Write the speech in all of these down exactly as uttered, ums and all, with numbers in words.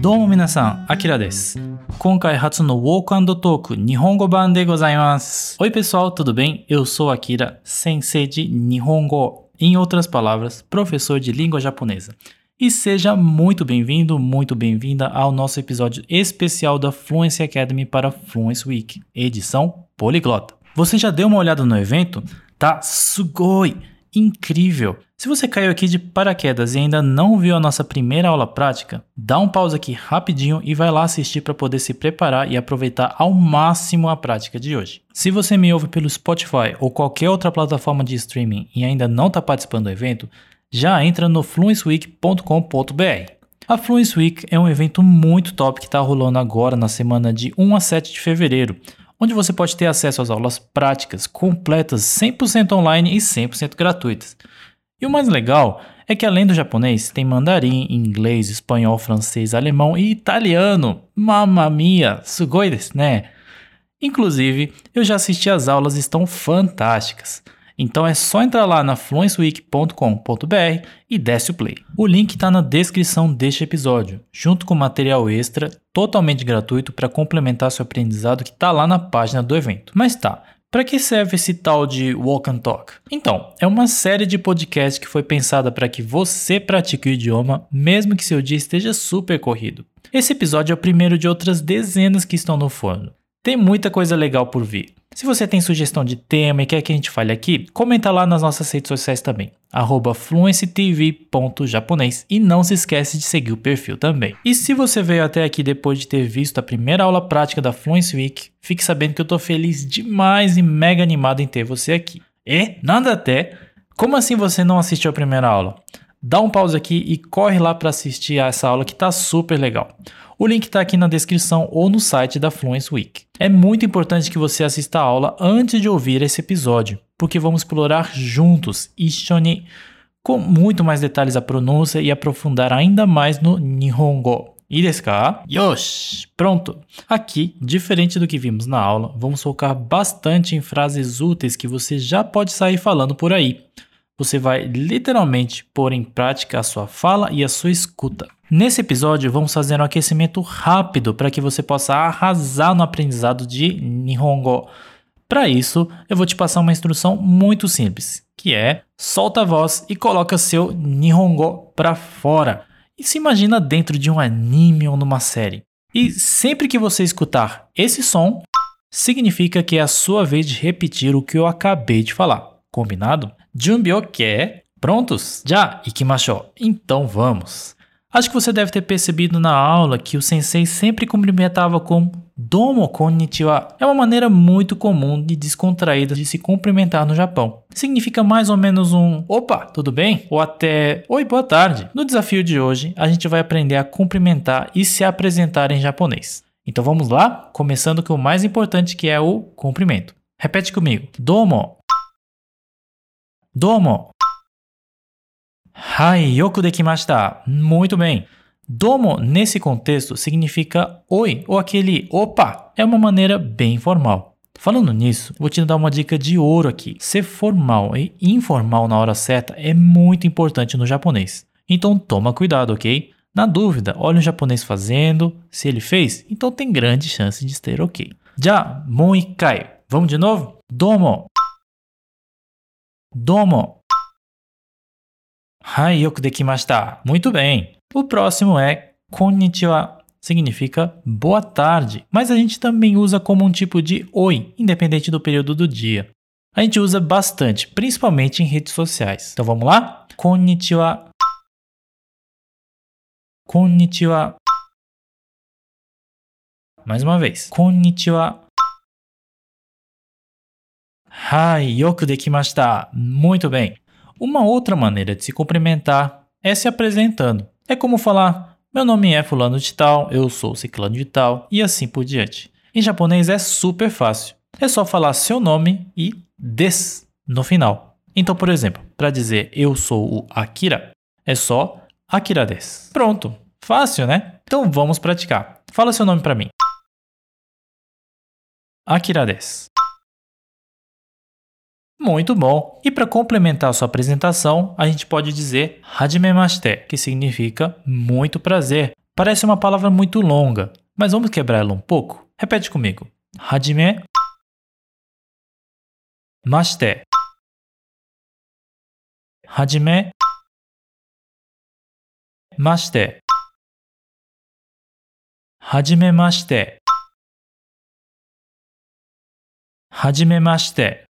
どうも皆さん、Akiraです。今回初の Walk and Talk 日本語版でございます。Oi pessoal, tudo bem? Eu sou Akira, sensei de Nihongo. Em outras palavras, professor de língua japonesa. E seja muito bem-vindo, muito bem-vinda ao nosso episódio especial da Fluency Academy para Fluency Week, edição poliglota. Você já deu uma olhada no evento? Tá sugoi! Incrível! Se você caiu aqui de paraquedas e ainda não viu a nossa primeira aula prática, dá um pause aqui rapidinho e vai lá assistir para poder se preparar e aproveitar ao máximo a prática de hoje. Se você me ouve pelo Spotify ou qualquer outra plataforma de streaming e ainda não está participando do evento, já entra no fluency week ponto com ponto b r. A Fluency Week é um evento muito top que está rolando agora na semana de um a sete de fevereiro, onde você pode ter acesso às aulas práticas completas cem por cento online e cem por cento gratuitas. E o mais legal é que além do japonês, tem mandarim, inglês, espanhol, francês, alemão e italiano. Mamma mia, sugoi desu, né? Inclusive, eu já assisti às aulas e estão fantásticas. Então é só entrar lá na fluency week ponto com ponto b r e desce o play. O link está na descrição deste episódio, junto com material extra totalmente gratuito para complementar seu aprendizado que está lá na página do evento. Mas tá, para que serve esse tal de Walk and Talk? Então, é uma série de podcasts que foi pensada para que você pratique o idioma, mesmo que seu dia esteja super corrido. Esse episódio é o primeiro de outras dezenas que estão no forno. Tem muita coisa legal por vir. Se você tem sugestão de tema e quer que a gente fale aqui, comenta lá nas nossas redes sociais também, arroba fluency t v ponto japonês, e não se esquece de seguir o perfil também. E se você veio até aqui depois de ter visto a primeira aula prática da Fluency Week, fique sabendo que eu tô feliz demais e mega animado em ter você aqui. E, nada até, como assim você não assistiu a primeira aula? Dá um pause aqui e corre lá para assistir a essa aula que tá super legal. O link está aqui na descrição ou no site da Fluency Week. É muito importante que você assista a aula antes de ouvir esse episódio, porque vamos explorar juntos, ishoni, com muito mais detalhes a pronúncia e aprofundar ainda mais no Nihongo. E desu ka? Yoshi! Pronto! Aqui, diferente do que vimos na aula, vamos focar bastante em frases úteis que você já pode sair falando por aí. Você vai literalmente pôr em prática a sua fala e a sua escuta. Nesse episódio, vamos fazer um aquecimento rápido para que você possa arrasar no aprendizado de Nihongo. Para isso, eu vou te passar uma instrução muito simples, que é solta a voz e coloca seu Nihongo para fora. E se imagina dentro de um anime ou numa série. E sempre que você escutar esse som, significa que é a sua vez de repetir o que eu acabei de falar. Combinado? Junbi ok? Prontos? Já ikimashou. Então vamos. Acho que você deve ter percebido na aula que o sensei sempre cumprimentava com Domo konnichiwa. É uma maneira muito comum e descontraída de se cumprimentar no Japão. Significa mais ou menos um opa, tudo bem? Ou até oi, boa tarde. No desafio de hoje, a gente vai aprender a cumprimentar e se apresentar em japonês. Então vamos lá? Começando com o mais importante, que é o cumprimento. Repete comigo. Domo. Domo. Hai, yoku dekimashita. Muito bem. Domo, nesse contexto, significa oi ou aquele opa. É uma maneira bem formal. Falando nisso, vou te dar uma dica de ouro aqui. Ser formal e informal na hora certa é muito importante no japonês. Então toma cuidado, ok? Na dúvida, olha o japonês fazendo. Se ele fez, então tem grande chance de ter ok. Já, mou ikai. Vamos de novo? Domo. Domo. Hai, yoku dekimashita. Muito bem. O próximo é konnichiwa. Significa boa tarde, mas a gente também usa como um tipo de oi, independente do período do dia. A gente usa bastante, principalmente em redes sociais. Então vamos lá? Konnichiwa. Konnichiwa. Mais uma vez. Konnichiwa. Hai, yoku dekimashita. Muito bem. Uma outra maneira de se cumprimentar é se apresentando. É como falar, meu nome é fulano de tal, eu sou ciclano de tal e assim por diante. Em japonês é super fácil. É só falar seu nome e des no final. Então, por exemplo, para dizer eu sou o Akira, é só Akira desu. Pronto. Fácil, né? Então vamos praticar. Fala seu nome para mim. Akira desu. Muito bom! E para complementar a sua apresentação, a gente pode dizer hajimemashite, que significa muito prazer. Parece uma palavra muito longa, mas vamos quebrar ela um pouco? Repete comigo. Hajime mashite. Hajime mashite. Hajime mashite. Hajime mashite.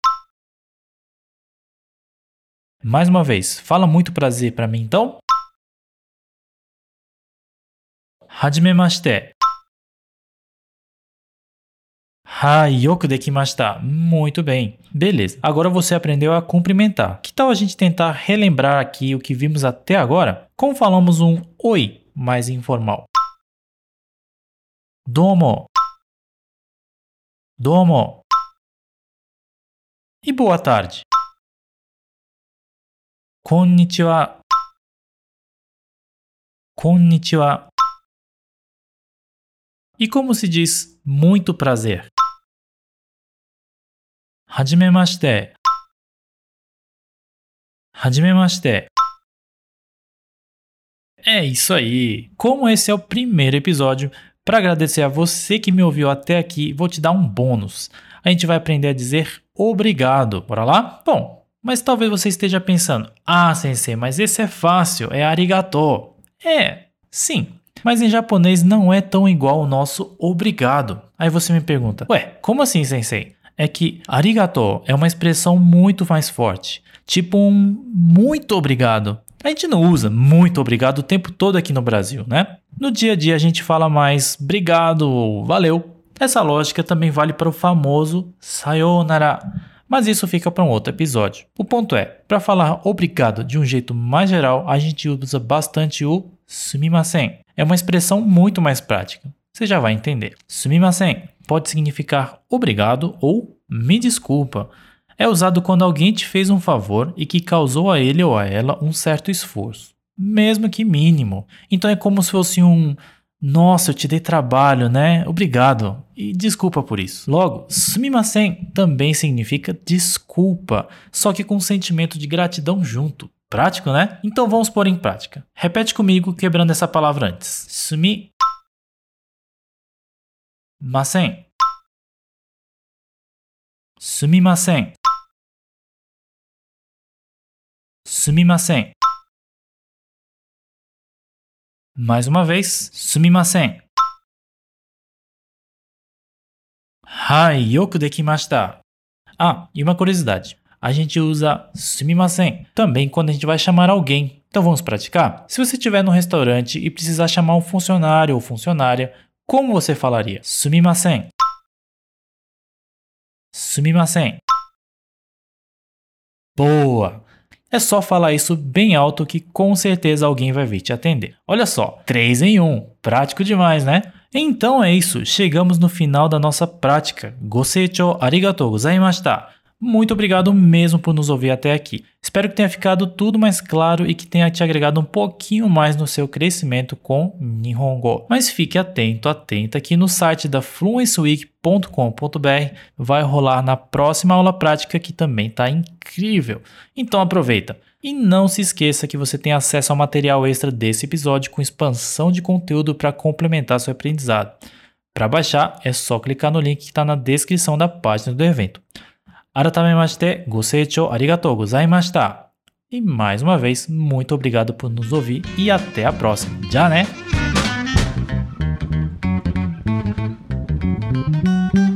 Mais uma vez, fala muito prazer para mim então. Hajime mashite. Hai, yoku dekimashita. Muito bem. Beleza. Agora você aprendeu a cumprimentar. Que tal a gente tentar relembrar aqui o que vimos até agora? Como falamos um oi mais informal? Domo. Domo. E boa tarde? Konnichiwa. Konnichiwa. E como se diz muito prazer? Hajimemashite. Hajimemashite. É isso aí. Como esse é o primeiro episódio, para agradecer a você que me ouviu até aqui, vou te dar um bônus. A gente vai aprender a dizer obrigado. Bora lá? Bom, mas talvez você esteja pensando: ah, sensei, mas esse é fácil, é arigato. É, sim. Mas em japonês não é tão igual o nosso obrigado. Aí você me pergunta: ué, como assim, sensei? É que arigato é uma expressão muito mais forte. Tipo um muito obrigado. A gente não usa muito obrigado o tempo todo aqui no Brasil, né? No dia a dia a gente fala mais obrigado ou valeu. Essa lógica também vale para o famoso sayonara. Mas isso fica para um outro episódio. O ponto é, para falar obrigado de um jeito mais geral, a gente usa bastante o sumimasen. É uma expressão muito mais prática. Você já vai entender. Sumimasen pode significar obrigado ou me desculpa. É usado quando alguém te fez um favor e que causou a ele ou a ela um certo esforço, mesmo que mínimo. Então é como se fosse um: nossa, eu te dei trabalho, né? Obrigado. E desculpa por isso. Logo, sumimasen também significa desculpa, só que com um sentimento de gratidão junto. Prático, né? Então vamos pôr em prática. Repete comigo quebrando essa palavra antes. Sumimasen. Sumimasen. Sumimasen. Mais uma vez. Sumimasen. Hai, yoku dekimashita. Ah, e uma curiosidade. A gente usa sumimasen também quando a gente vai chamar alguém. Então vamos praticar? Se você estiver no restaurante e precisar chamar um funcionário ou funcionária, como você falaria? Sumimasen. Sumimasen. Boa! É só falar isso bem alto que com certeza alguém vai vir te atender. Olha só, três em um. Prático demais, né? Então é isso. Chegamos no final da nossa prática. Goseichou arigatou gozaimashita. Muito obrigado mesmo por nos ouvir até aqui. Espero que tenha ficado tudo mais claro e que tenha te agregado um pouquinho mais no seu crescimento com Nihongo. Mas fique atento, atenta que no site da fluency week ponto com ponto b r vai rolar na próxima aula prática que também está incrível. Então aproveita. E não se esqueça que você tem acesso ao material extra desse episódio com expansão de conteúdo para complementar seu aprendizado. Para baixar é só clicar no link que está na descrição da página do evento. Aratamemashite, goseichou arigatou gozaimashita. E mais uma vez, muito obrigado por nos ouvir e até a próxima. Já, né?